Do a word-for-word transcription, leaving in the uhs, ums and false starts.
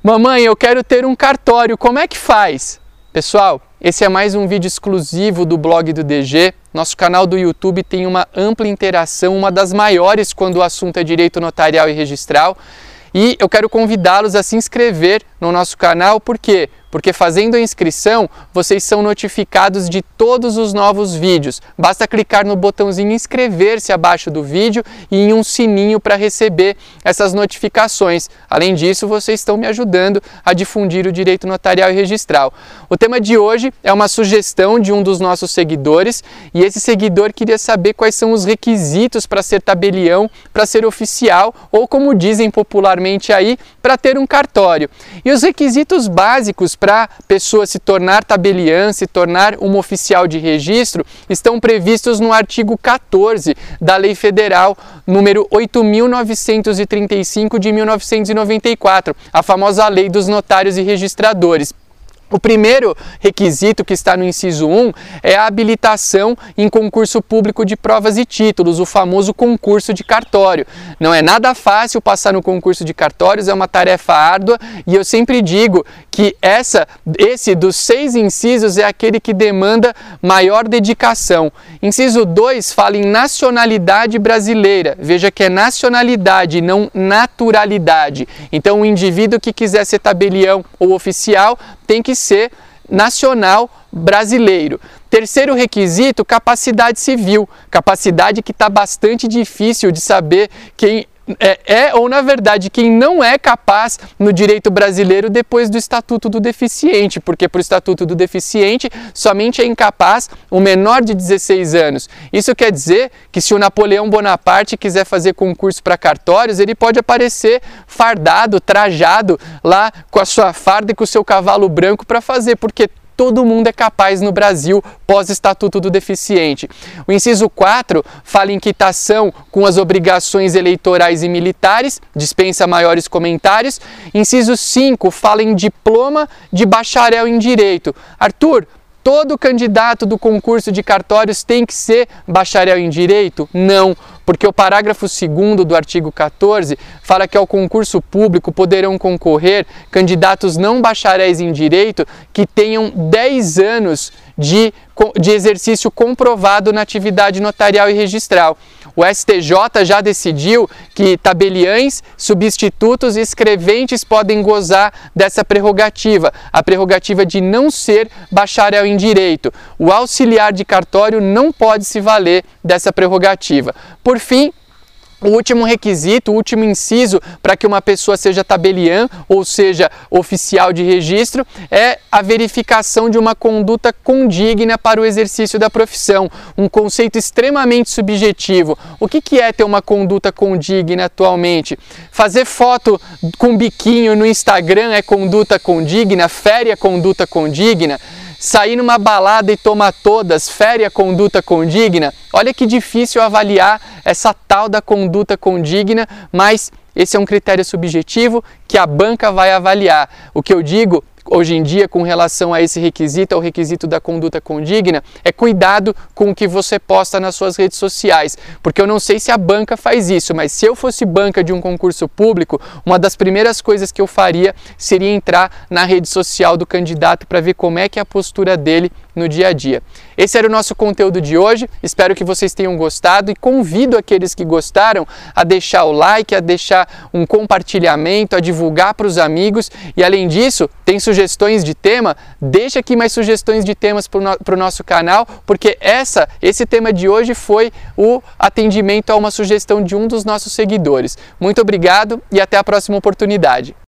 Mamãe, eu quero ter um cartório, como é que faz? Pessoal, esse é mais um vídeo exclusivo do blog do D G. Nosso canal do YouTube tem uma ampla interação, uma das maiores quando o assunto é direito notarial e registral. E eu quero convidá-los a se inscrever no nosso canal, por quê? Porque fazendo a inscrição, vocês são notificados de todos os novos vídeos. Basta clicar no botãozinho inscrever-se abaixo do vídeo e em um sininho para receber essas notificações. Além disso, vocês estão me ajudando a difundir o direito notarial e registral. O tema de hoje é uma sugestão de um dos nossos seguidores e esse seguidor queria saber quais são os requisitos para ser tabelião, para ser oficial ou, como dizem popularmente aí, para ter um cartório. E os requisitos básicos para a pessoa se tornar tabeliã, se tornar uma oficial de registro, estão previstos no artigo quatorze da Lei Federal número oito mil novecentos e trinta e cinco de mil novecentos e noventa e quatro, a famosa Lei dos Notários e Registradores. O primeiro requisito, que está no inciso um, é a habilitação em concurso público de provas e títulos, o famoso concurso de cartório. Não é nada fácil passar no concurso de cartórios, é uma tarefa árdua e eu sempre digo que essa, esse dos seis incisos é aquele que demanda maior dedicação. Inciso dois fala em nacionalidade brasileira. Veja que é nacionalidade, não naturalidade. Então o indivíduo que quiser ser tabelião ou oficial tem que ser nacional brasileiro. Terceiro requisito, capacidade civil. Capacidade que está bastante difícil de saber quem é, é ou, na verdade, quem não é capaz no direito brasileiro depois do Estatuto do Deficiente, porque para o Estatuto do Deficiente somente é incapaz o menor de dezesseis anos. Isso quer dizer que se o Napoleão Bonaparte quiser fazer concurso para cartórios, ele pode aparecer fardado, trajado lá com a sua farda e com o seu cavalo branco para fazer, porque todo mundo é capaz no Brasil pós-Estatuto do Deficiente. O inciso quatro fala em quitação com as obrigações eleitorais e militares, dispensa maiores comentários. Inciso cinco fala em diploma de bacharel em Direito. Arthur, todo candidato do concurso de cartórios tem que ser bacharel em Direito? Não, porque o parágrafo segundo do artigo quatorze fala que ao concurso público poderão concorrer candidatos não bacharéis em Direito que tenham dez anos de, de exercício comprovado na atividade notarial e registral. O S T J já decidiu que tabeliães, substitutos e escreventes podem gozar dessa prerrogativa, a prerrogativa de não ser bacharel em Direito. O auxiliar de cartório não pode se valer dessa prerrogativa. Por fim, o último requisito, o último inciso para que uma pessoa seja tabeliã, ou seja, oficial de registro, é a verificação de uma conduta condigna para o exercício da profissão. Um conceito extremamente subjetivo. O que que é ter uma conduta condigna atualmente? Fazer foto com biquinho no Instagram é conduta condigna? Fere a conduta condigna? Sair numa balada e tomar todas, fere a conduta condigna? Olha que difícil avaliar essa tal da conduta condigna, mas esse é um critério subjetivo que a banca vai avaliar. O que eu digo hoje em dia com relação a esse requisito, ao requisito da conduta condigna, é cuidado com o que você posta nas suas redes sociais, porque eu não sei se a banca faz isso, mas se eu fosse banca de um concurso público, uma das primeiras coisas que eu faria seria entrar na rede social do candidato para ver como é que é a postura dele no dia a dia. Esse era o nosso conteúdo de hoje, espero que vocês tenham gostado e convido aqueles que gostaram a deixar o like, a deixar um compartilhamento, a divulgar para os amigos e, além disso, tem sugestões de tema? Deixa aqui mais sugestões de temas para o no, pro nosso canal, porque essa, esse tema de hoje foi o atendimento a uma sugestão de um dos nossos seguidores. Muito obrigado e até a próxima oportunidade.